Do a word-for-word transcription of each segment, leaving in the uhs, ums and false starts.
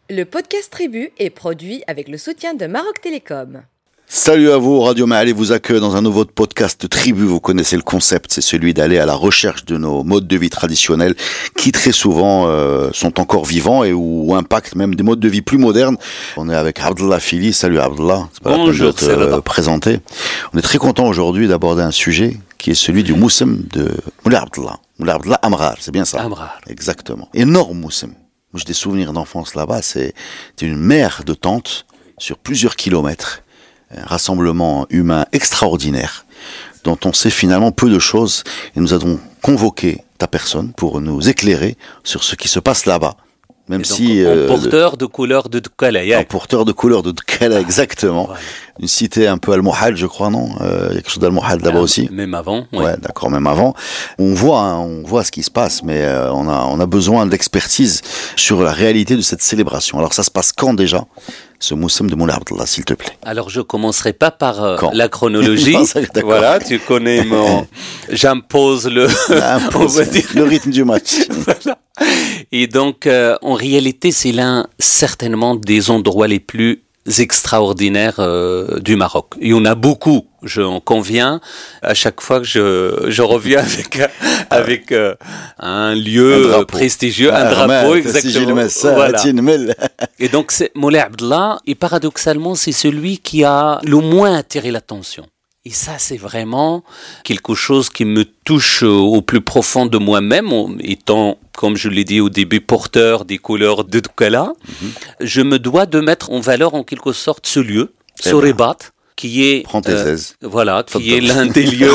Le podcast Tribu est produit avec le soutien de Maroc Télécom. Salut à vous, Radio Maali vous accueille dans un nouveau podcast Tribu. Vous connaissez le concept, c'est celui d'aller à la recherche de nos modes de vie traditionnels qui très souvent euh, sont encore vivants et ou, ou impactent même des modes de vie plus modernes. On est avec Abdallah Fili. Salut Abdallah, c'est pas Bonjour, la peine de te euh, présenter. On est très content aujourd'hui d'aborder un sujet qui est celui du moussem de Moulay Abdallah. Moulay Abdallah Amrar, c'est bien ça? Amrar. Exactement. Énorme moussem. Moi j'ai des souvenirs d'enfance là-bas, c'est, c'est une mer de tentes sur plusieurs kilomètres. Un rassemblement humain extraordinaire dont on sait finalement peu de choses et nous avons convoqué ta personne pour nous éclairer sur ce qui se passe là-bas. Même et donc, si euh, en porteur le, de couleur de Dkala. En porteur de couleur de Dkala, exactement. Voilà. Une cité un peu Al-Mohad, je crois, non? euh, Il y a quelque chose d'Al-Mohad là-bas ah, aussi. Même avant. Ouais, ouais d'accord, même avant. On voit, hein, on voit ce qui se passe, mais euh, on a, on a besoin d'expertise sur la réalité de cette célébration. Alors, ça se passe quand déjà? Ce moussem de Moulay Abdallah, s'il te plaît. Alors, je commencerai pas par euh, la chronologie. Non, voilà, tu connais mon... J'impose le... Impose le rythme du match. Voilà. Et donc, euh, en réalité, c'est l'un, certainement, des endroits les plus extraordinaires euh, du Maroc. Il y en a beaucoup, j'en conviens, à chaque fois que je, je reviens avec, avec euh, un lieu un prestigieux, un drapeau, exactement. Voilà. Et donc, c'est, Moulay Abdallah, et paradoxalement, c'est celui qui a le moins attiré l'attention. Et ça, c'est vraiment quelque chose qui me touche au plus profond de moi-même, étant, comme je l'ai dit au début, porteur des couleurs de Dkala. Mm-hmm. Je me dois de mettre en valeur en quelque sorte ce lieu, eh ce Rebat, qui est, euh, voilà, qui est l'un des lieux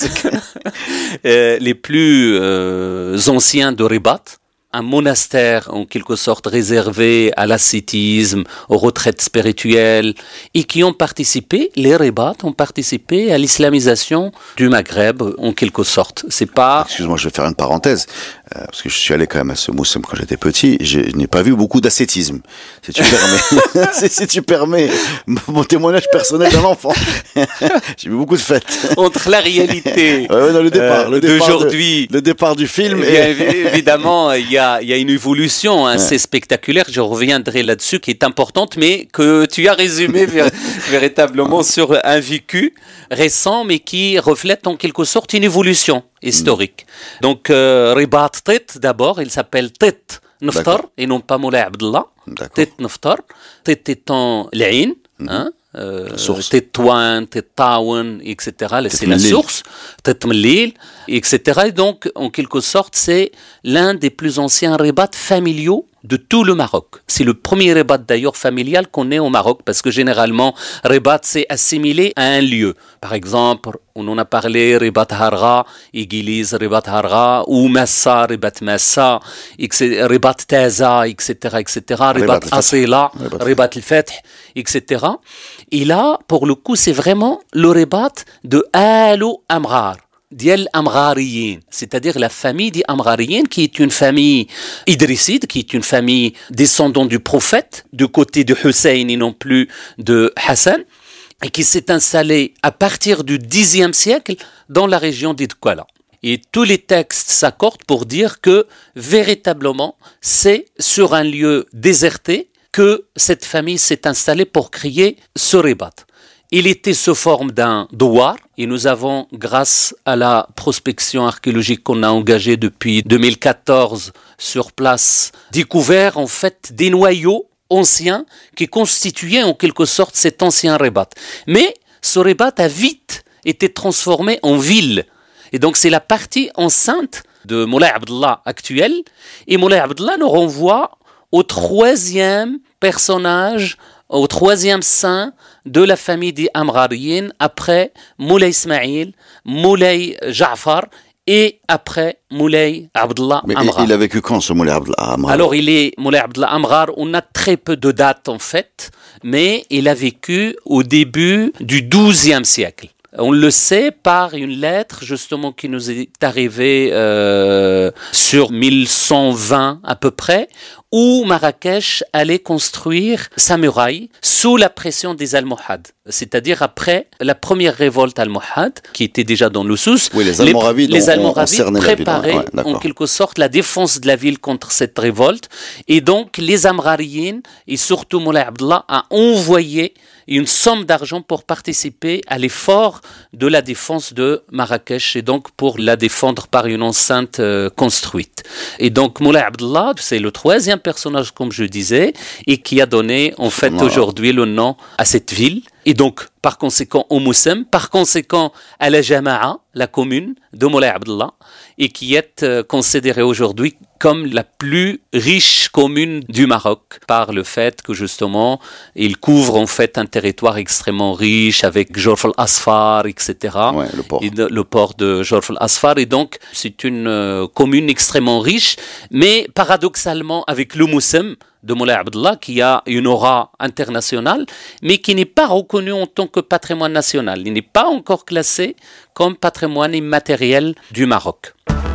euh, les plus euh, anciens de Rebat. Un monastère en quelque sorte réservé à l'ascétisme, aux retraites spirituelles, et qui ont participé, les Ribats ont participé à l'islamisation du Maghreb en quelque sorte. C'est pas. Excuse-moi, je vais faire une parenthèse euh, parce que je suis allé quand même à ce moussem quand j'étais petit. Je, je n'ai pas vu beaucoup d'ascétisme. Si tu permets, si, si tu permets mon témoignage personnel d'un enfant, j'ai vu beaucoup de fêtes. Entre la réalité ouais, ouais, non, le départ, euh, le départ d'aujourd'hui, de, le départ du film, et évidemment il y a Il y a une évolution assez ouais. spectaculaire, je reviendrai là-dessus, qui est importante, mais que tu as résumé ver- véritablement sur un vécu récent, mais qui reflète en quelque sorte une évolution historique. Mm. Donc, euh, Ribat Tit, d'abord, il s'appelle Tit Naftar, et non pas Moulay Abdallah. Tit Naftar, Tit étant l'Ain, mm. hein, Euh, Tétouan, Tétaouen, et cetera. C'est la source, Tétmlil, et cetera. Et donc, en quelque sorte, c'est l'un des plus anciens rébats familiaux de tout le Maroc. C'est le premier rébat d'ailleurs familial qu'on ait au Maroc, parce que généralement, rébat, c'est assimilé à un lieu. Par exemple, on en a parlé, Ribat Harra, Église, Ribat Harra, ou Massa, Ribat Massa, Ribat Taza, et cetera, et cetera, Ribat Asila, Ribat al-Fath, et cetera. Et là, pour le coup, c'est vraiment le Ribat de Alu Amrar. Diel Amrariyin, c'est-à-dire la famille des Amrariyin, qui est une famille idrisside, qui est une famille descendante du prophète, du côté de Hussein et non plus de Hassan, et qui s'est installée à partir du dixième siècle dans la région d'Idkala. Et tous les textes s'accordent pour dire que, véritablement, c'est sur un lieu déserté que cette famille s'est installée pour créer ce Ribat. Il était sous forme d'un douar et nous avons, grâce à la prospection archéologique qu'on a engagée depuis deux mille quatorze sur place, découvert en fait des noyaux anciens qui constituaient en quelque sorte cet ancien Ribat. Mais ce Ribat a vite été transformé en ville. Et donc c'est la partie enceinte de Moulay Abdallah actuel. Et Moulay Abdallah nous renvoie au troisième personnage, au troisième saint de la famille des Amrariyin, après Moulay Ismaïl, Moulay Ja'far et après Moulay Abdallah Mais Amrar. Il a vécu quand ce Moulay Abdallah Amrar? Alors il est Moulay Abdallah Amrar, on a très peu de dates en fait, mais il a vécu au début du douzième siècle. On le sait par une lettre justement qui nous est arrivée euh, sur mille cent vingt à peu près, où Marrakech allait construire sa muraille sous la pression des Almohades. C'est-à-dire après la première révolte almohade, qui était déjà dans le Souss, oui, les Almoravides, les, les Almoravides préparaient ouais, en quelque sorte la défense de la ville contre cette révolte. Et donc les Amrariyin, et surtout Moulay Abdallah, a envoyé une somme d'argent pour participer à l'effort de la défense de Marrakech et donc pour la défendre par une enceinte euh, construite. Et donc Moulay Abdallah, c'est le troisième personnage, comme je disais, et qui a donné en fait voilà. aujourd'hui le nom à cette ville. Et donc, par conséquent, au Moussem, par conséquent, à la Jama'a, la commune de Moulay Abdallah, et qui est euh, considérée aujourd'hui comme la plus riche commune du Maroc, par le fait que justement, il couvre en fait un territoire extrêmement riche avec Jorf al-Asfar, et cetera. Ouais, le port. Et de, le port de Jorf al-Asfar. Et donc, c'est une euh, commune extrêmement riche, mais paradoxalement, avec le Moussem de Moulay Abdallah, qui a une aura internationale, mais qui n'est pas reconnu en tant que patrimoine national. Il n'est pas encore classé comme patrimoine immatériel du Maroc.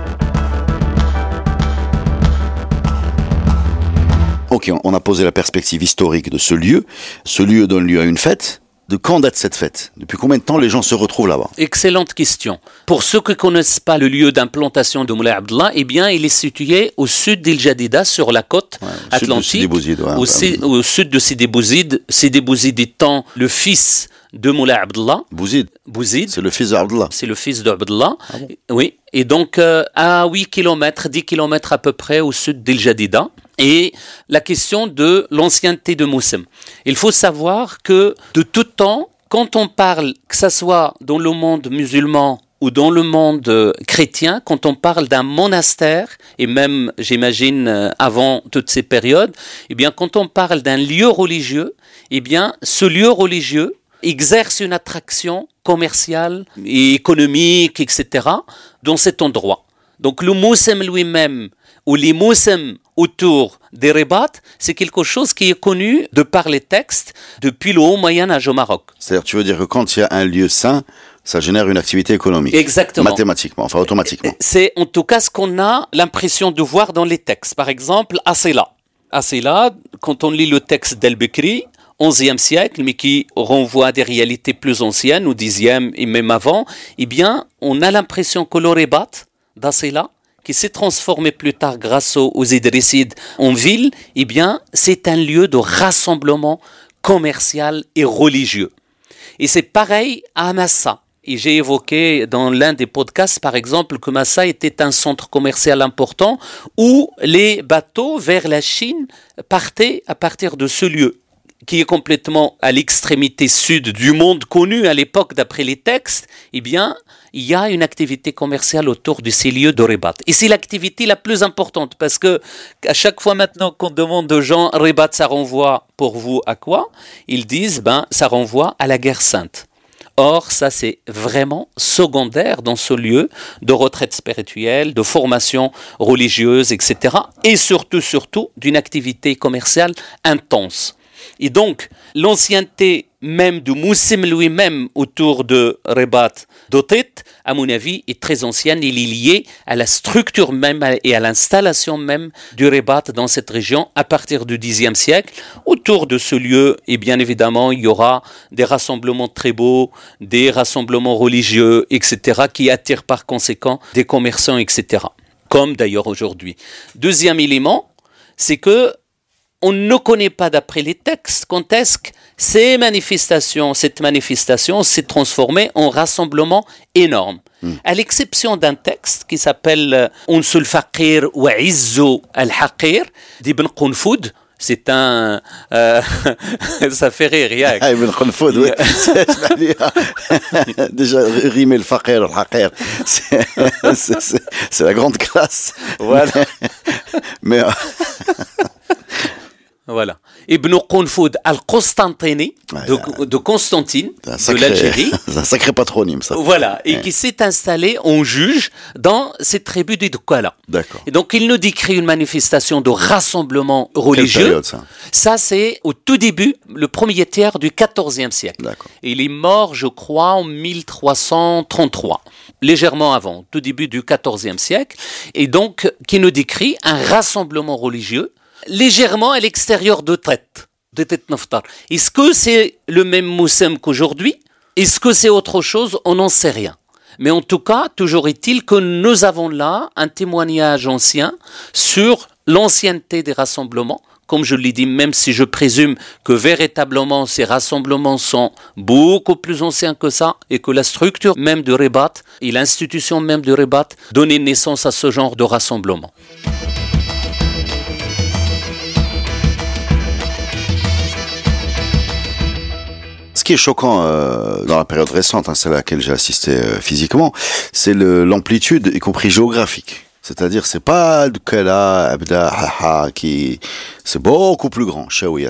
Ok, on a posé la perspective historique de ce lieu. Ce lieu donne lieu à une fête. De quand date cette fête? Depuis combien de temps les gens se retrouvent là-bas? Excellente question. Pour ceux qui ne connaissent pas le lieu d'implantation de Moulay Abdallah, eh bien, il est situé au sud d'Il Jadida, sur la côte ouais, au atlantique, sud de Sidi Bouzid, ouais, au, si, au sud de Sidi Bouzid. Sidi Bouzid étant le fils de Moulay Abdallah. Bouzid. Bouzid. C'est le fils d'Abdallah. C'est le fils d'Abdallah. Ah bon? Oui. Et donc, euh, à huit kilomètres, dix kilomètres à peu près au sud d'Il Jadida. Et la question de l'ancienneté de Moussem. Il faut savoir que de tout temps, quand on parle, que ce soit dans le monde musulman ou dans le monde euh, chrétien, quand on parle d'un monastère, et même, j'imagine, euh, avant toutes ces périodes, eh bien, quand on parle d'un lieu religieux, eh bien, ce lieu religieux exerce une attraction commerciale et économique, et cetera, dans cet endroit. Donc, le Moussem lui-même, ou les Moussem autour des Ribat, c'est quelque chose qui est connu de par les textes depuis le haut Moyen-Âge au Maroc. C'est-à-dire, tu veux dire que quand il y a un lieu saint, ça génère une activité économique. Exactement. Mathématiquement, enfin automatiquement. C'est en tout cas ce qu'on a l'impression de voir dans les textes. Par exemple, Asila. Asila, quand on lit le texte d'El-Bekri, onzième siècle, mais qui renvoie à des réalités plus anciennes, au dixième et même avant, eh bien, on a l'impression que le Ribat d'Asila, qui s'est transformé plus tard grâce aux, aux Idrissides en ville, eh bien, c'est un lieu de rassemblement commercial et religieux. Et c'est pareil à Massa. Et j'ai évoqué dans l'un des podcasts, par exemple, que Massa était un centre commercial important où les bateaux vers la Chine partaient à partir de ce lieu, qui est complètement à l'extrémité sud du monde connu à l'époque d'après les textes. Eh bien, il y a une activité commerciale autour de ces lieux de Ribat. Et c'est l'activité la plus importante parce que à chaque fois maintenant qu'on demande aux gens Ribat, ça renvoie pour vous à quoi? Ils disent, ben, ça renvoie à la guerre sainte. Or, ça c'est vraiment secondaire dans ce lieu de retraite spirituelle, de formation religieuse, et cetera. Et surtout, surtout, d'une activité commerciale intense. Et donc, l'ancienneté même du Moussem lui-même autour de Ribat d'Otit, à mon avis, est très ancienne. Il est lié à la structure même et à l'installation même du Ribat dans cette région à partir du dixième siècle. Autour de ce lieu, et bien évidemment, il y aura des rassemblements très beaux, des rassemblements religieux, et cetera, qui attirent par conséquent des commerçants, et cetera. Comme d'ailleurs aujourd'hui. Deuxième élément, c'est que on ne connaît pas d'après les textes quand est-ce que ces manifestations, cette manifestation s'est transformée en rassemblement énorme. Mm. À l'exception d'un texte qui s'appelle Uns al-Faqir wa Izzu al-Haqir d'Ibn Qunfud. C'est un... Euh, ça fait rire, Yak. Ah, Ibn Qunfud, oui. Déjà, rimer le faqir, le haqir, c'est, c'est, c'est, c'est la grande classe. Voilà. Mais... mais Voilà. Ibn Qunfud al-Constantini, ouais, de, de Constantine, sacré, de l'Algérie. C'est un sacré patronyme, ça. Voilà. Et ouais. qui s'est installé en juge dans cette tribu des Doukala. D'accord. Et donc, il nous décrit une manifestation de rassemblement religieux. Quelle période, ça? Ça, c'est au tout début, le premier tiers du quatorzième siècle. D'accord. Et il est mort, je crois, en mille trois cent trente-trois. Légèrement avant, tout début du quatorzième siècle. Et donc, qui nous décrit un rassemblement religieux légèrement à l'extérieur de tête, de tête naftar. Est-ce que c'est le même moussem qu'aujourd'hui? Est-ce que c'est autre chose? On n'en sait rien. Mais en tout cas, toujours est-il que nous avons là un témoignage ancien sur l'ancienneté des rassemblements. Comme je l'ai dit, même si je présume que véritablement ces rassemblements sont beaucoup plus anciens que ça et que la structure même de Ribat et l'institution même de Ribat donnait naissance à ce genre de rassemblement. Ce qui est choquant euh, dans la période récente, hein, celle à laquelle j'ai assisté euh, physiquement, c'est le, l'amplitude, y compris géographique. C'est-à-dire, c'est pas Dukala, Abda, Haha, qui, c'est beaucoup plus grand. Chaouia,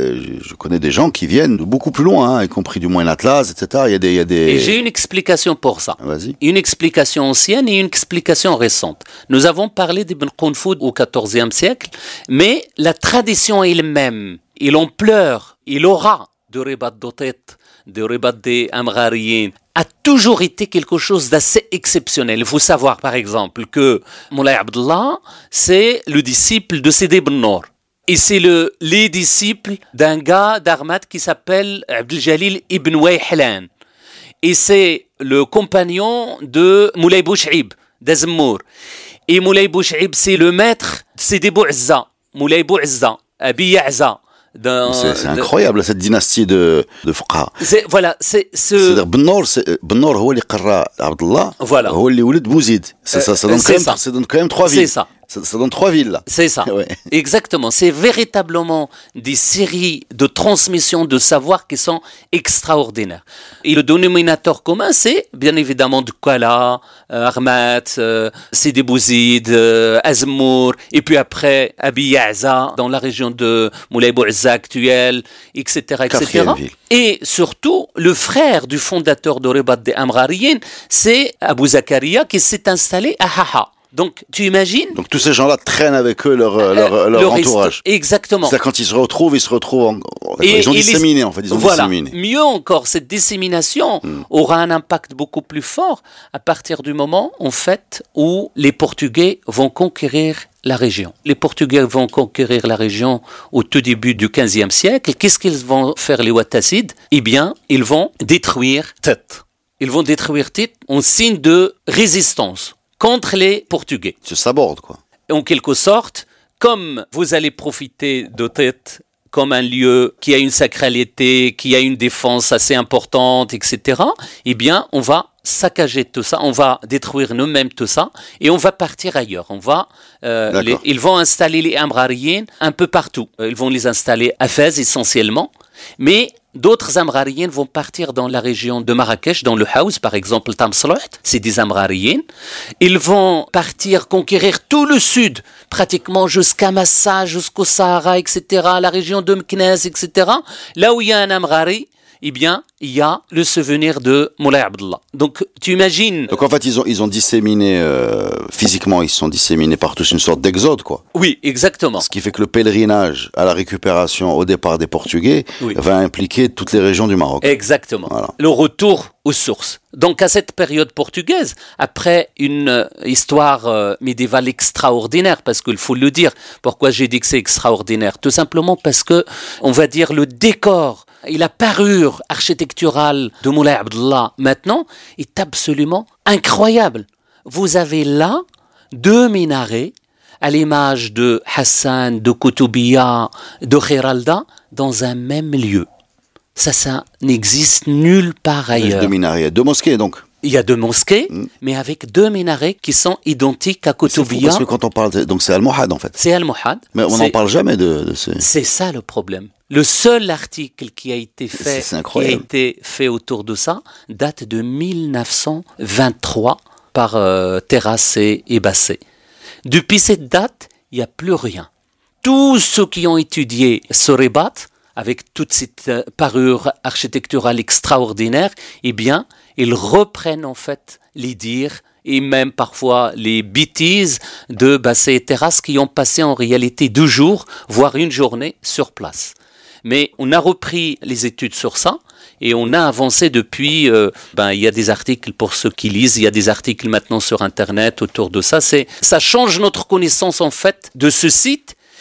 je connais des gens qui viennent de beaucoup plus loin, hein, y compris du Moyen Atlas, et cetera. Il y a des, il y a des. Et j'ai une explication pour ça. Vas-y. Une explication ancienne et une explication récente. Nous avons parlé d'Ibn Qunfud au quatorzième siècle, mais la tradition elle-même, et l'ampleur, et l'aura de Ribat Dotet, de Ribat des Amghariyin, a toujours été quelque chose d'assez exceptionnel. Il faut savoir, par exemple, que Moulay Abdullah, c'est le disciple de Sidi ibn Nour. Et c'est le, les disciples d'un gars d'Armat qui s'appelle Abdel Jalil ibn Wayhlan. Et c'est le compagnon de Moulay Bouch'ib, d'Azmour. Et Moulay Bouch'ib, c'est le maître de Sidi Bou'izza, Moulay Bou'izza, Abi Ya'za. D'un, c'est, c'est incroyable cette dynastie de de fuqaha. C'est voilà, c'est ce c'est Ben Nour, c'est Ben Nour هو اللي قرا Abdullah, voilà. هو اللي ولد Bouzid. Ça ça ça donne quand même ça donne quand même trois villes. C'est ça. Ça, ça donne trois villes là. C'est ça. Ouais. Exactement, c'est véritablement des séries de transmissions de savoir qui sont extraordinaires. Et le dénominateur commun, c'est bien évidemment Dukala, euh, Armat, euh, Sidi Bouzid, euh, Azmour, et puis après Abi Ya'za dans la région de Moulay Bou'izza actuelle, et cetera, et cetera. Et surtout, le frère du fondateur de Ribat des Amghariyin, c'est Abou Zakaria qui s'est installé à Haha. Donc, tu imagines? Donc, tous ces gens-là traînent avec eux leur, euh, leur, leur entourage. Est, exactement. C'est-à-dire, quand ils se retrouvent, ils se retrouvent en, et, ils ont disséminé, les, en fait, ils ont voilà. disséminé. Mieux encore, cette dissémination hmm. aura un impact beaucoup plus fort à partir du moment, en fait, où les Portugais vont conquérir la région. Les Portugais vont conquérir la région au tout début du quinzième siècle. Qu'est-ce qu'ils vont faire, les Ouattacides? Eh bien, ils vont détruire Tête. Ils vont détruire Tête en signe de résistance contre les Portugais. Se sabordent, quoi. En quelque sorte, comme vous allez profiter de Tête comme un lieu qui a une sacralité, qui a une défense assez importante, et cetera, eh bien, on va saccager tout ça, on va détruire nous-mêmes tout ça, et on va partir ailleurs. On va, euh, les, ils vont installer les Amghariyin un peu partout. Ils vont les installer à Fès essentiellement, mais d'autres Amghariyin vont partir dans la région de Marrakech, dans le Haouz, par exemple, Tamslouh, c'est des Amghariyin. Ils vont partir conquérir tout le sud, pratiquement jusqu'à Massa, jusqu'au Sahara, et cetera, la région de Meknès, et cetera. Là où il y a un Amghari, eh bien, il y a le souvenir de Moulay Abdullah. Donc, tu imagines... Donc, en fait, ils ont, ils ont disséminé, euh, physiquement, ils se sont disséminés par tous une sorte d'exode, quoi. Oui, exactement. Ce qui fait que le pèlerinage à la récupération au départ des Portugais oui. va impliquer toutes les régions du Maroc. Exactement. Voilà. Le retour aux sources. Donc, à cette période portugaise, après une euh, histoire euh, médiévale extraordinaire, parce qu'il faut le dire, pourquoi j'ai dit que c'est extraordinaire? Tout simplement parce que, on va dire, le décor et la parure architecturale de Moulay Abdullah maintenant est absolument incroyable. Vous avez là deux minarets à l'image de Hassan, de Koutoubia, de Khiralda dans un même lieu. Ça, ça n'existe nulle part ailleurs. Deux minarets, il y a deux mosquées donc. Il y a deux mosquées, mmh. mais avec deux minarets qui sont identiques à Koutoubia. Parce que quand on parle, de, donc c'est Al-Mohad en fait. C'est Al-Mohad. Mais on n'en parle jamais de, de ces... C'est ça le problème. Le seul article qui a été fait, qui a été fait autour de ça, date de mille neuf cent vingt-trois par euh, Terrassé et Basset. Depuis cette date, il n'y a plus rien. Tous ceux qui ont étudié ce Ribat, avec toute cette euh, parure architecturale extraordinaire, eh bien, ils reprennent en fait les dires et même parfois les bêtises de Basset et Terrasse qui ont passé en réalité deux jours, voire une journée sur place. Mais on a repris les études sur ça et on a avancé depuis, euh, ben, il y a des articles pour ceux qui lisent, il y a des articles maintenant sur Internet autour de ça. C'est, ça change notre connaissance en fait de ce site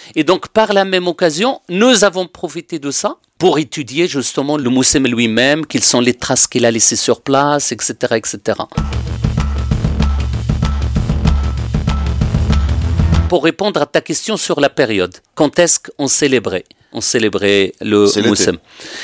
Et donc, par la même occasion, nous avons profité de ça pour étudier justement le moussem lui-même, quelles sont les traces qu'il a laissées sur place, et cetera, et cetera. Pour répondre à ta question sur la période, quand est-ce qu'on célébrait On célébrait le c'est moussem.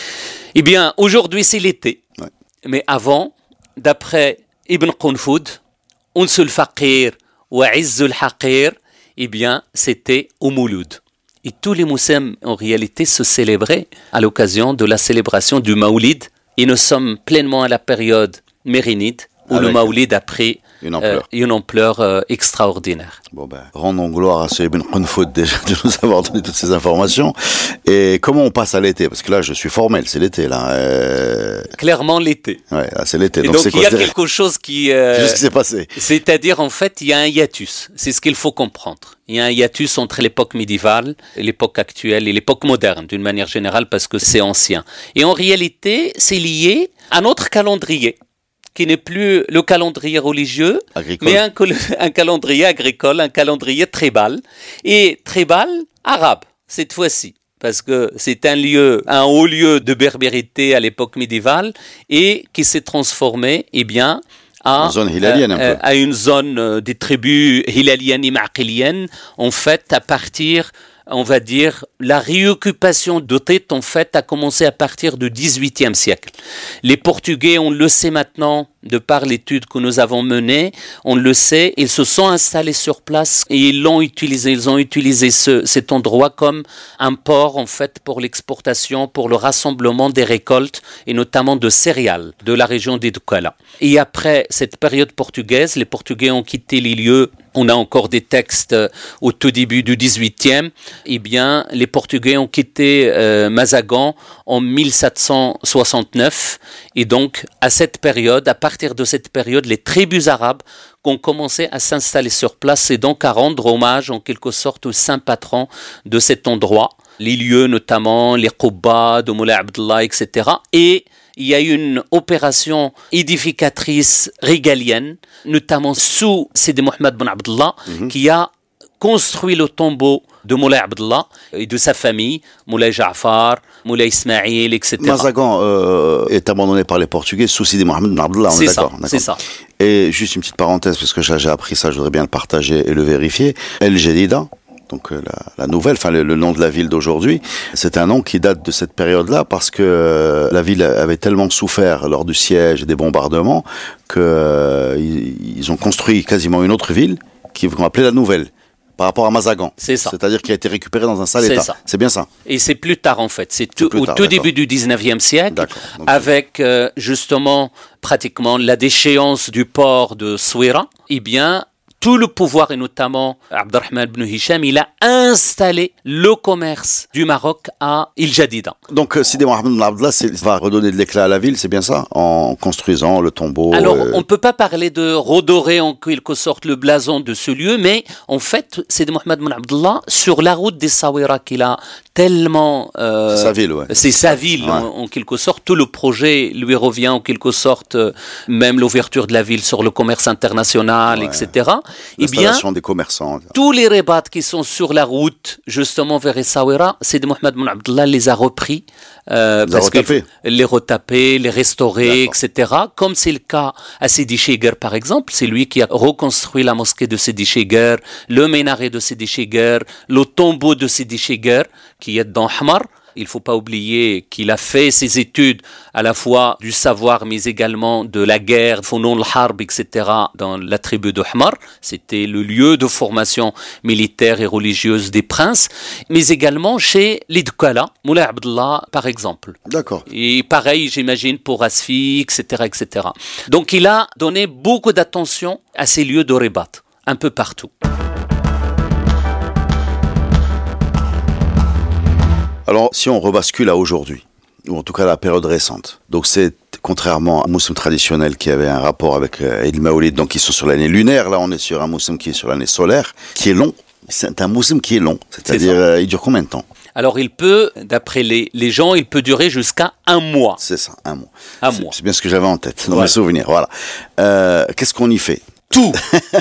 Eh bien, aujourd'hui, c'est l'été. Ouais. Mais avant, d'après Ibn Qunfud, Unsul Faqir wa Izzul Haqir, eh bien, c'était au Mouloud. Et tous les moussem, en réalité, se célébraient à l'occasion de la célébration du Maoulid. Et nous sommes pleinement à la période mérinide, où Avec le Maoulid a pris une ampleur, euh, une ampleur euh, extraordinaire. Bon ben, rendons gloire à ce Ibn Qunfud déjà de nous avoir donné toutes ces informations. Et comment on passe à l'été? Parce que là, je suis formel, c'est l'été là. Euh... Clairement l'été. Ouais, là, c'est l'été. Et donc, donc c'est il y a quoi, quelque chose qui... Euh... C'est ce qui s'est passé. C'est-à-dire, en fait, il y a un hiatus. C'est ce qu'il faut comprendre. Il y a un hiatus entre l'époque médiévale, l'époque actuelle et l'époque moderne, d'une manière générale, parce que c'est ancien. Et en réalité, c'est lié à notre calendrier, qui n'est plus le calendrier religieux, agricole. mais un, un calendrier agricole, un calendrier tribal. Et tribal, arabe, cette fois-ci. Parce que c'est un lieu, un haut lieu de berbérité à l'époque médiévale et qui s'est transformé, eh bien, à, une zone hilalienne, euh, un peu. à une zone euh, des tribus hilaliennes et ma'qiliennes, en fait, à partir, on va dire, la réoccupation de Tête, en fait, a commencé à partir du dix-huitième siècle. Les Portugais, on le sait maintenant, de par l'étude que nous avons menée, on le sait, ils se sont installés sur place et ils l'ont utilisé, ils ont utilisé ce, cet endroit comme un port, en fait, pour l'exportation, pour le rassemblement des récoltes et notamment de céréales de la région des Douala. Et après cette période portugaise, les Portugais ont quitté les lieux. On a encore des textes au tout début du dix-huitième. Eh bien, les Portugais ont quitté euh, Mazagan en mille sept cent soixante-neuf. Et donc, à cette période, à partir de cette période, les tribus arabes ont commencé à s'installer sur place et donc à rendre hommage en quelque sorte au saint patron de cet endroit. Les lieux notamment, les Qubba de Moulay Abdallah, et cetera. Et il y a eu une opération édificatrice régalienne, notamment sous Sidi Mohamed Ben Abdallah, mm-hmm. qui a construit le tombeau de Moulay Abdallah et de sa famille, Moulay Ja'far, Moulay Ismaïl, et cetera. Mazagan euh, est abandonné par les Portugais sous Sidi Mohamed Ben Abdallah, on c'est est d'accord, ça, d'accord. C'est ça. Et juste une petite parenthèse, parce que j'ai appris ça, je voudrais bien le partager et le vérifier. El Jadida, donc la, la nouvelle, enfin le, le nom de la ville d'aujourd'hui, c'est un nom qui date de cette période-là parce que euh, la ville avait tellement souffert lors du siège et des bombardements qu'ils euh, ils ont construit quasiment une autre ville qu'ils vont appeler la nouvelle. Par rapport à Mazagan. C'est ça. C'est-à-dire qu'il a été récupéré dans un sale c'est état. Ça. C'est bien ça. Et c'est plus tard en fait. C'est, tout, c'est au tard, tout d'accord. début du dix-neuvième siècle, Donc, avec euh, justement pratiquement la déchéance du port de Souira. Eh bien, tout le pouvoir, et notamment Abdelrahman ibn Hisham, il a installé le commerce du Maroc à Il Jadida. Donc Sidi Mohamed Ben Abdallah va redonner de l'éclat à la ville, c'est bien ça, en construisant le tombeau. Alors, euh... on ne peut pas parler de redorer en quelque sorte le blason de ce lieu, mais en fait, Sidi Mohamed Ben Abdallah, sur la route des Sawira qu'il a tellement... Euh, c'est sa ville, ouais. C'est sa ville, ouais. en, en quelque sorte. Tout le projet lui revient en quelque sorte, euh, même l'ouverture de la ville sur le commerce international, ouais. et cetera. L'installation eh bien, des commerçants. Tous les rébats qui sont sur la route, justement, vers Essaouira, Sidi Mohamed Ben Abdallah les a repris. Euh, les parce a retapés. Les retaper, les restaurer, D'accord. et cetera. Comme c'est le cas à Sidi Cheger, par exemple. C'est lui qui a reconstruit la mosquée de Sidi Cheger, le minaret de Sidi Cheger, le tombeau de Sidi Cheger, qui est dans Hamar. Il ne faut pas oublier qu'il a fait ses études à la fois du savoir, mais également de la guerre, Founoun al-Harb, et cetera, dans la tribu de Hamar. C'était le lieu de formation militaire et religieuse des princes, mais également chez les Douala, Moulay Abdallah, par exemple. D'accord. Et pareil, j'imagine, pour Asfi, et cetera, et cetera. Donc, il a donné beaucoup d'attention à ces lieux de rébat, un peu partout. Alors, si on rebascule à aujourd'hui, ou en tout cas à la période récente, donc c'est contrairement à un moussim traditionnel qui avait un rapport avec euh, Eid Maoulid, donc ils sont sur l'année lunaire, là on est sur un moussim qui est sur l'année solaire, qui est long. C'est un moussim qui est long, c'est-à-dire c'est euh, il dure combien de temps? Alors il peut, d'après les, les gens, il peut durer jusqu'à un mois. C'est ça, un mois. Un c'est, mois. C'est bien ce que j'avais en tête, dans voilà. mes souvenirs, voilà. Euh, qu'est-ce qu'on y fait? Tout.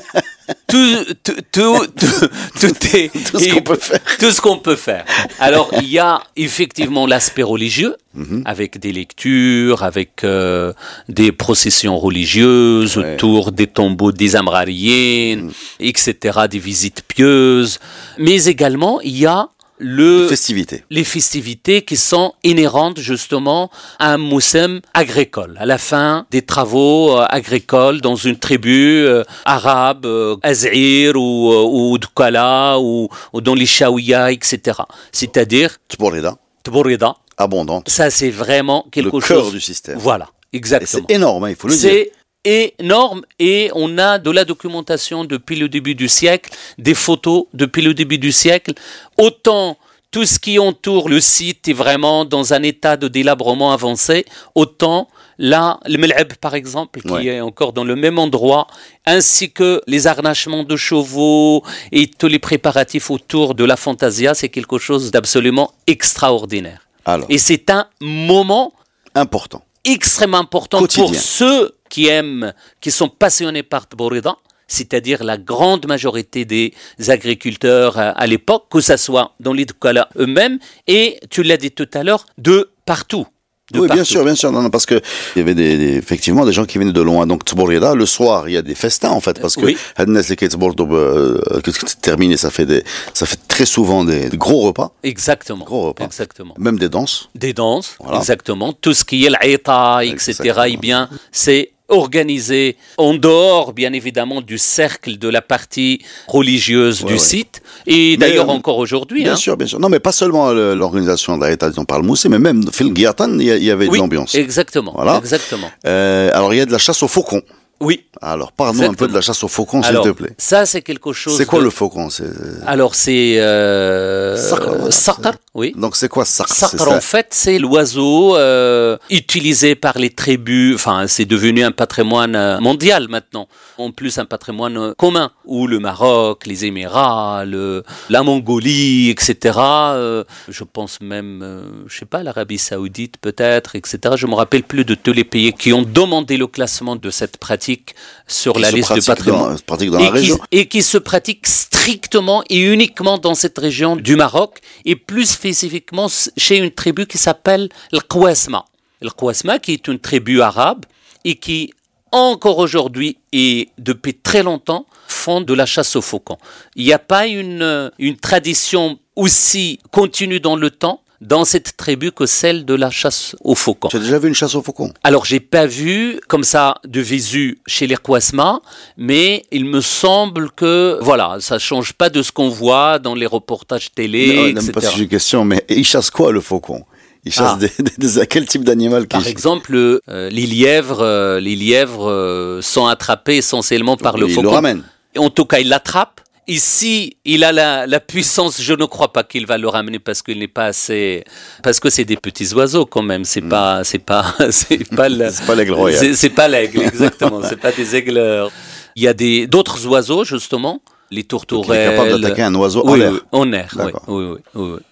tout, tout, tout, tout, tout est, Tout ce qu'on peut faire. Tout ce qu'on peut faire. Alors, il y a effectivement l'aspect religieux, Mhm. avec des lectures, avec euh, des processions religieuses Ouais. autour des tombeaux des Amrariyin, et cetera, des visites pieuses. Mais également, il y a le... Festivité. les festivités qui sont inhérentes justement à un moussem agricole, à la fin des travaux euh, agricoles dans une tribu euh, arabe, euh, Azir ou, euh, ou Dukala ou, ou dans les Shawiya, et cetera. C'est-à-dire Tborida, Tbourida, abondante. ça c'est vraiment quelque Le chose... cœur du système. Voilà, Et exactement. c'est énorme, hein, il faut le dire. C'est énorme et on a de la documentation depuis le début du siècle, des photos depuis le début du siècle. Autant tout ce qui entoure le site est vraiment dans un état de délabrement avancé, autant là, le Mel'ab par exemple, qui Ouais. est encore dans le même endroit, ainsi que les harnachements de chevaux et tous les préparatifs autour de la Fantasia, c'est quelque chose d'absolument extraordinaire. Alors, Et c'est un moment important. extrêmement important Quotidien. pour ceux qui aiment, qui sont passionnés par Tbourida, c'est-à-dire la grande majorité des agriculteurs à, à l'époque, que ce soit dans les Dukala eux-mêmes, et tu l'as dit tout à l'heure, de partout. De Oui, partout. bien sûr, bien sûr. Non, non, parce que il y avait des, des- effectivement des gens qui venaient de loin. Donc, Tborida, le soir, il y a des festins, en fait, parce que Oui. Hadnes les Kate Tbordo, euh, que c'est terminé, ça fait des, ça fait très souvent des, des gros repas, Exactement. Gros repas. Exactement. même des danses. Des danses, Voilà. exactement. Tout ce qui est l'aïta, et cetera, Exactement. eh bien, c'est organisé en dehors, bien évidemment, du cercle de la partie religieuse Ouais, du ouais. site. Et Mais, d'ailleurs, euh, encore aujourd'hui. Bien hein. sûr, bien sûr. Non, mais pas seulement le- l'organisation de l'État, dont parle Moussé, mais même Phil Guillatan, il y, a- il y avait Oui, de l'ambiance. exactement. Voilà. Exactement. Euh, alors, il y a de la chasse au faucon. Oui. Alors, parle-nous un peu Exactement. de la chasse au faucon, s'il Alors, te plaît. ça, c'est quelque chose. C'est quoi de- le faucon? C'est- Alors, c'est. Euh... Saqr, voilà, Saqr, oui. Donc, c'est quoi ça? Saqr, en fait, c'est l'oiseau euh, utilisé par les tribus. Enfin, c'est devenu un patrimoine euh, mondial maintenant. En plus, un patrimoine euh, commun. Où le Maroc, les Émirats, le, la Mongolie, et cetera. euh, je pense même, euh, je sais pas, l'Arabie Saoudite peut-être, et cetera. Je me rappelle plus de tous les pays qui ont demandé le classement de cette pratique sur Qui la se liste de pratique patrimoine. dans- se pratique dans la et, qui, région. et qui se pratique strictement et uniquement dans cette région du Maroc et plus spécifiquement chez une tribu qui s'appelle le Qawasma. Le Qawasma qui est une tribu arabe et qui encore aujourd'hui et depuis très longtemps font de la chasse au faucon. Il n'y a pas une, une tradition aussi continue dans le temps dans cette tribu que celle de la chasse au faucon. Tu as déjà vu une chasse au faucon? Alors, j'ai pas vu comme ça de visu chez les Qawasma, mais il me semble que, voilà, ça change pas de ce qu'on voit dans les reportages télé, Non, non, et mais pas cetera. si j'ai une question, mais il chasse quoi le faucon? Il chasse Ah. des, des- des- quel type d'animal qu'il Par exemple, euh, les lièvres, euh, les lièvres euh, sont attrapés essentiellement par le il faucon. le ramène. En tout cas, il l'attrape. Ici, il a la, la puissance. Je ne crois pas qu'il va le ramener parce qu'il n'est pas assez, parce que c'est des petits oiseaux quand même. C'est pas, c'est pas, c'est pas le- C'est pas l'aigle royal. c'est- C'est pas l'aigle, exactement. C'est pas des aigles. Il y a des d'autres oiseaux justement, les Donc, il tourterelles. est capable d'attaquer un oiseau en oui, l'air. oui, en air. Oui, D'accord. oui, oui, oui, oui.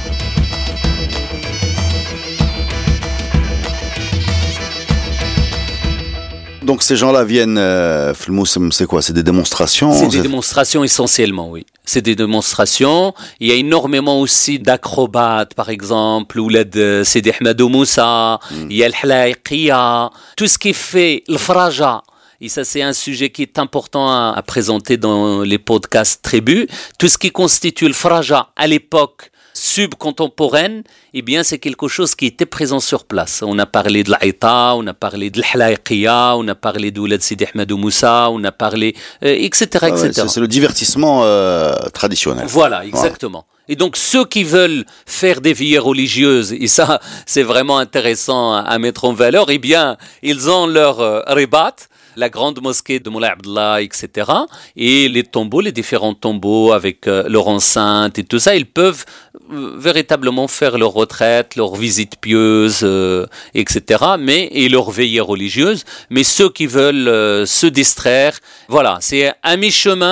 Donc ces gens-là viennent, euh, Flmoussem, c'est quoi? C'est des démonstrations? C'est des c'est- démonstrations essentiellement, oui. C'est des démonstrations. Il y a énormément aussi d'acrobates, par exemple, ou là de Sidi Ahmadou Moussa. Il y a le Hlaïqiya. Tout ce qui fait le Fraja. Et ça, c'est un sujet qui est important à, à présenter dans les podcasts tribus. Tout ce qui constitue le Fraja à l'époque subcontemporaine, eh bien, c'est quelque chose qui était présent sur place. On a parlé de l'Aïta, on a parlé de l'Hlaïqiya, on a parlé d'Oulad Sidi Ahmadou Moussa, on a parlé, euh, et cetera, Ah ouais, et cetera. c'est c'est le divertissement euh, traditionnel. Voilà, exactement. Et donc, ceux qui veulent faire des veillées religieuses, et ça, c'est vraiment intéressant à, à mettre en valeur, eh bien, ils ont leur euh, ribat, la grande mosquée de Moulay Abdallah, et cetera. Et les tombeaux, les différents tombeaux avec euh, leur enceinte et tout ça, ils peuvent euh, véritablement faire leur retraite, leur visite pieuse, euh, et cetera. Mais, et leur veillée religieuse. Mais ceux qui veulent euh, se distraire, voilà, c'est un mi-chemin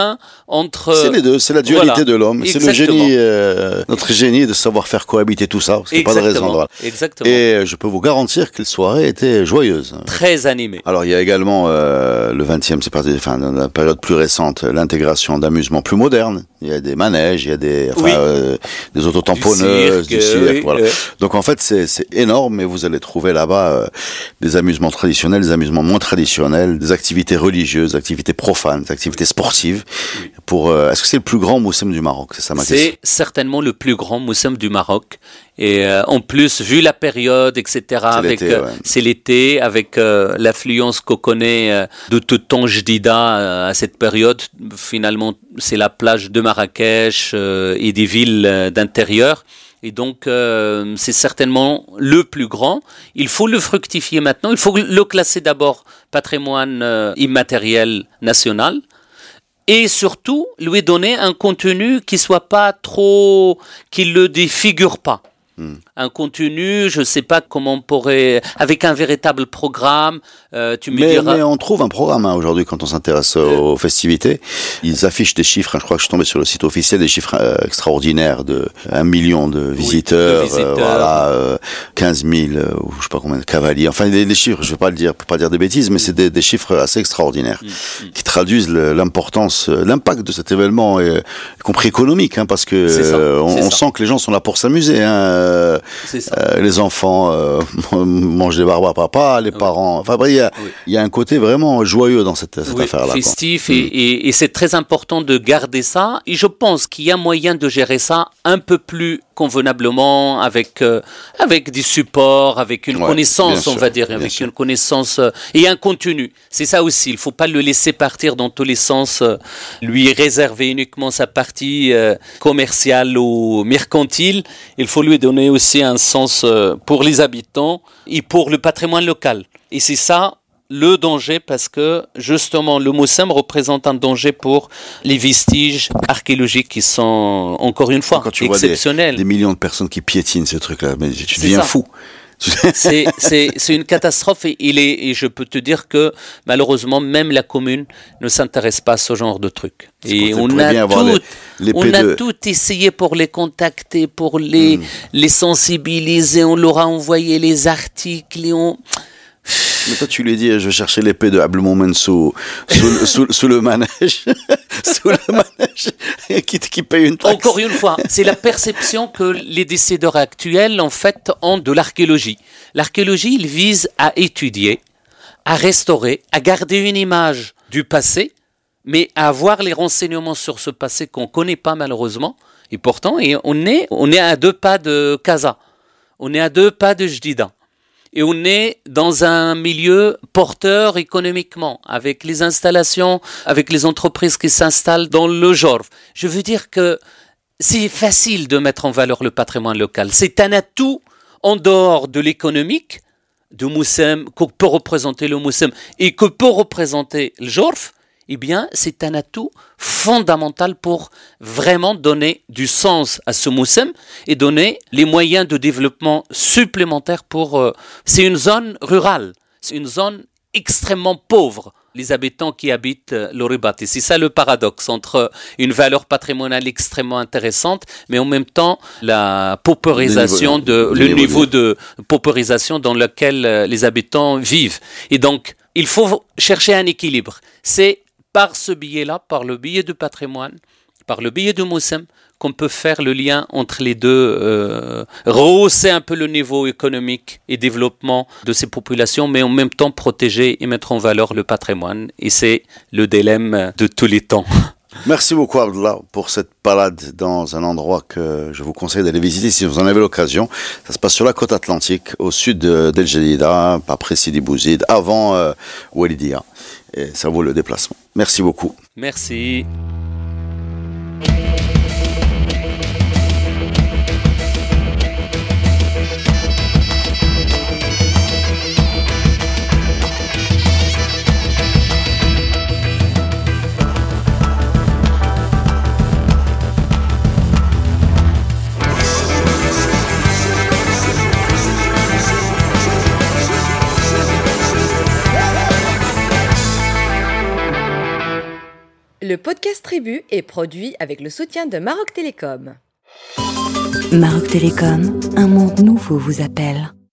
entre... C'est les deux, c'est la dualité voilà. de l'homme. C'est le génie, euh, notre génie de savoir faire cohabiter tout ça. C'est pas de raison. Voilà. Exactement. Et je peux vous garantir que les soirées étaient joyeuses. Très animées. Alors il y a également euh, le vingtième, c'est parti, enfin dans la période plus récente, l'intégration d'amusements plus modernes. Il y a des manèges, il y a des, enfin, oui. euh, des autotamponneuses, du cirque. Du cirque oui, voilà. oui. Donc en fait c'est, c'est énorme, mais vous allez trouver là-bas euh, des amusements traditionnels, des amusements moins traditionnels, des activités religieuses, des activités profanes, des activités sportives. Oui. Pour, euh, est-ce que c'est le plus grand moussem du Maroc? C'est ça ma c'est question. C'est certainement le plus grand moussem du Maroc. Et euh, en plus, vu la période, et cetera, c'est avec l'été, euh, ouais. c'est l'été, avec euh, l'affluence qu'on connaît euh, de tout temps Jdida euh, à cette période, finalement, c'est la plage de Marrakech euh, et des villes euh, d'intérieur. Et donc, euh, c'est certainement le plus grand. Il faut le fructifier maintenant. Il faut le classer d'abord patrimoine euh, immatériel national. Et surtout, lui donner un contenu qui soit pas trop, qui le défigure pas. Hmm. Un contenu, je sais pas comment on pourrait, avec un véritable programme, euh, tu me mais, diras. Mais on trouve un programme hein, aujourd'hui quand on s'intéresse euh. aux festivités. Ils affichent des chiffres, hein, je crois que je suis tombé sur le site officiel, des chiffres euh, extraordinaires de un million de visiteurs, oui, de visiteurs. Euh, voilà, euh, quinze mille, euh, ou je sais pas combien de cavaliers. Enfin, des, des chiffres, je vais pas le dire, pour pas dire des bêtises, mais mm. c'est des, des chiffres assez extraordinaires mm. qui traduisent le, l'importance, l'impact de cet événement, y compris économique, hein, parce que ça, euh, on, on sent que les gens sont là pour s'amuser. Hein, C'est ça. Euh, les enfants euh, mangent des barbes à papa, les oui. parents. Enfin, il y a, oui. y a un côté vraiment joyeux dans cette, cette oui, affaire-là. Festif, quoi. Et, et, et c'est très important de garder ça. Et je pense qu'il y a moyen de gérer ça un peu plus convenablement, avec euh, avec des supports, avec une ouais, connaissance, on sûr, va dire, avec sûr. une connaissance euh, et un contenu. C'est ça aussi. Il faut pas le laisser partir dans tous les sens, euh, lui réserver uniquement sa partie euh, commerciale ou mercantile. Il faut lui donner aussi un sens euh, pour les habitants et pour le patrimoine local. Et c'est ça le danger, parce que justement le moussem représente un danger pour les vestiges archéologiques qui sont encore une fois quand tu exceptionnels. Vois des, des millions de personnes qui piétinent ce truc-là, mais tu deviens fou. c'est, c'est, c'est une catastrophe et, il est, et je peux te dire que malheureusement même la commune ne s'intéresse pas à ce genre de trucs. Et on a, tout, les, les on a de... tout essayé pour les contacter, pour les, mm. les sensibiliser, on leur a envoyé les articles et on... Mais toi, tu lui dis, je vais chercher l'épée de Abdelmoumen sous, sous, sous, sous le manège, sous le manège, qui, qui paye une taxe. Encore une fois, c'est la perception que les décideurs actuels, en fait, ont de l'archéologie. L'archéologie, il vise à étudier, à restaurer, à garder une image du passé, mais à avoir les renseignements sur ce passé qu'on ne connaît pas malheureusement. Et pourtant, et on, est, on est à deux pas de Casa, on est à deux pas de Jdida. Et on est dans un milieu porteur économiquement, avec les installations, avec les entreprises qui s'installent dans le Jorf. Je veux dire que c'est facile de mettre en valeur le patrimoine local. C'est un atout en dehors de l'économique, de Moussem, que peut représenter le Moussem et que peut représenter le Jorf. Eh bien, c'est un atout fondamental pour vraiment donner du sens à ce moussem et donner les moyens de développement supplémentaires pour... Euh, c'est une zone rurale, c'est une zone extrêmement pauvre, les habitants qui habitent euh, l'Oribat. Et c'est ça le paradoxe entre une valeur patrimoniale extrêmement intéressante, mais en même temps la paupérisation, de, le niveau, niveau de paupérisation dans lequel euh, les habitants vivent. Et donc, il faut chercher un équilibre. C'est par ce biais-là, par le biais du patrimoine, par le biais du moussem, qu'on peut faire le lien entre les deux, euh, rehausser un peu le niveau économique et développement de ces populations, mais en même temps protéger et mettre en valeur le patrimoine. Et c'est le dilemme de tous les temps. Merci beaucoup Abdallah pour cette balade dans un endroit que je vous conseille d'aller visiter si vous en avez l'occasion. Ça se passe sur la côte atlantique, au sud d'El Jadida, après Sidi Bouzid, avant euh, Walidia. Et ça vaut le déplacement. Merci beaucoup. Merci. Le Le podcast Tribu est produit avec le soutien de Maroc Télécom. Maroc Télécom, un monde nouveau vous appelle.